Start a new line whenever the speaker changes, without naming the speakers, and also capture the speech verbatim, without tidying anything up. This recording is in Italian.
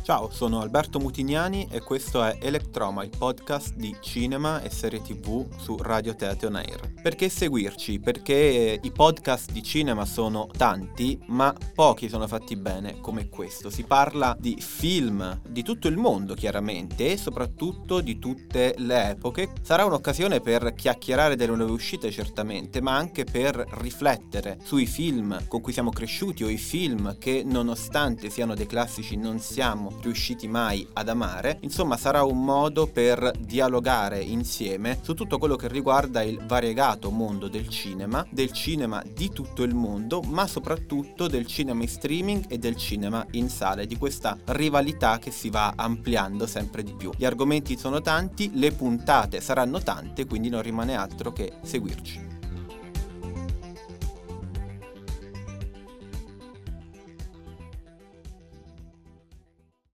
Ciao, sono Alberto Mutignani e questo è Electroma, il podcast di cinema e serie tv su Radio Teatro On Air. Perché seguirci? Perché i podcast di cinema sono tanti, ma pochi sono fatti bene come questo. Si parla di film di tutto il mondo, chiaramente, e soprattutto di tutte le epoche. Sarà un'occasione per chiacchierare delle nuove uscite, certamente, ma anche per riflettere sui film con cui siamo cresciuti o i film che, nonostante siano dei classici, non siamo riusciti mai ad amare. Insomma, sarà un modo per dialogare insieme su tutto quello che riguarda il variegato mondo del cinema, del cinema di tutto il mondo, ma soprattutto del cinema in streaming e del cinema in sale, di questa rivalità che si va ampliando sempre di più. Gli argomenti sono tanti, le puntate saranno tante, quindi non rimane altro che seguirci.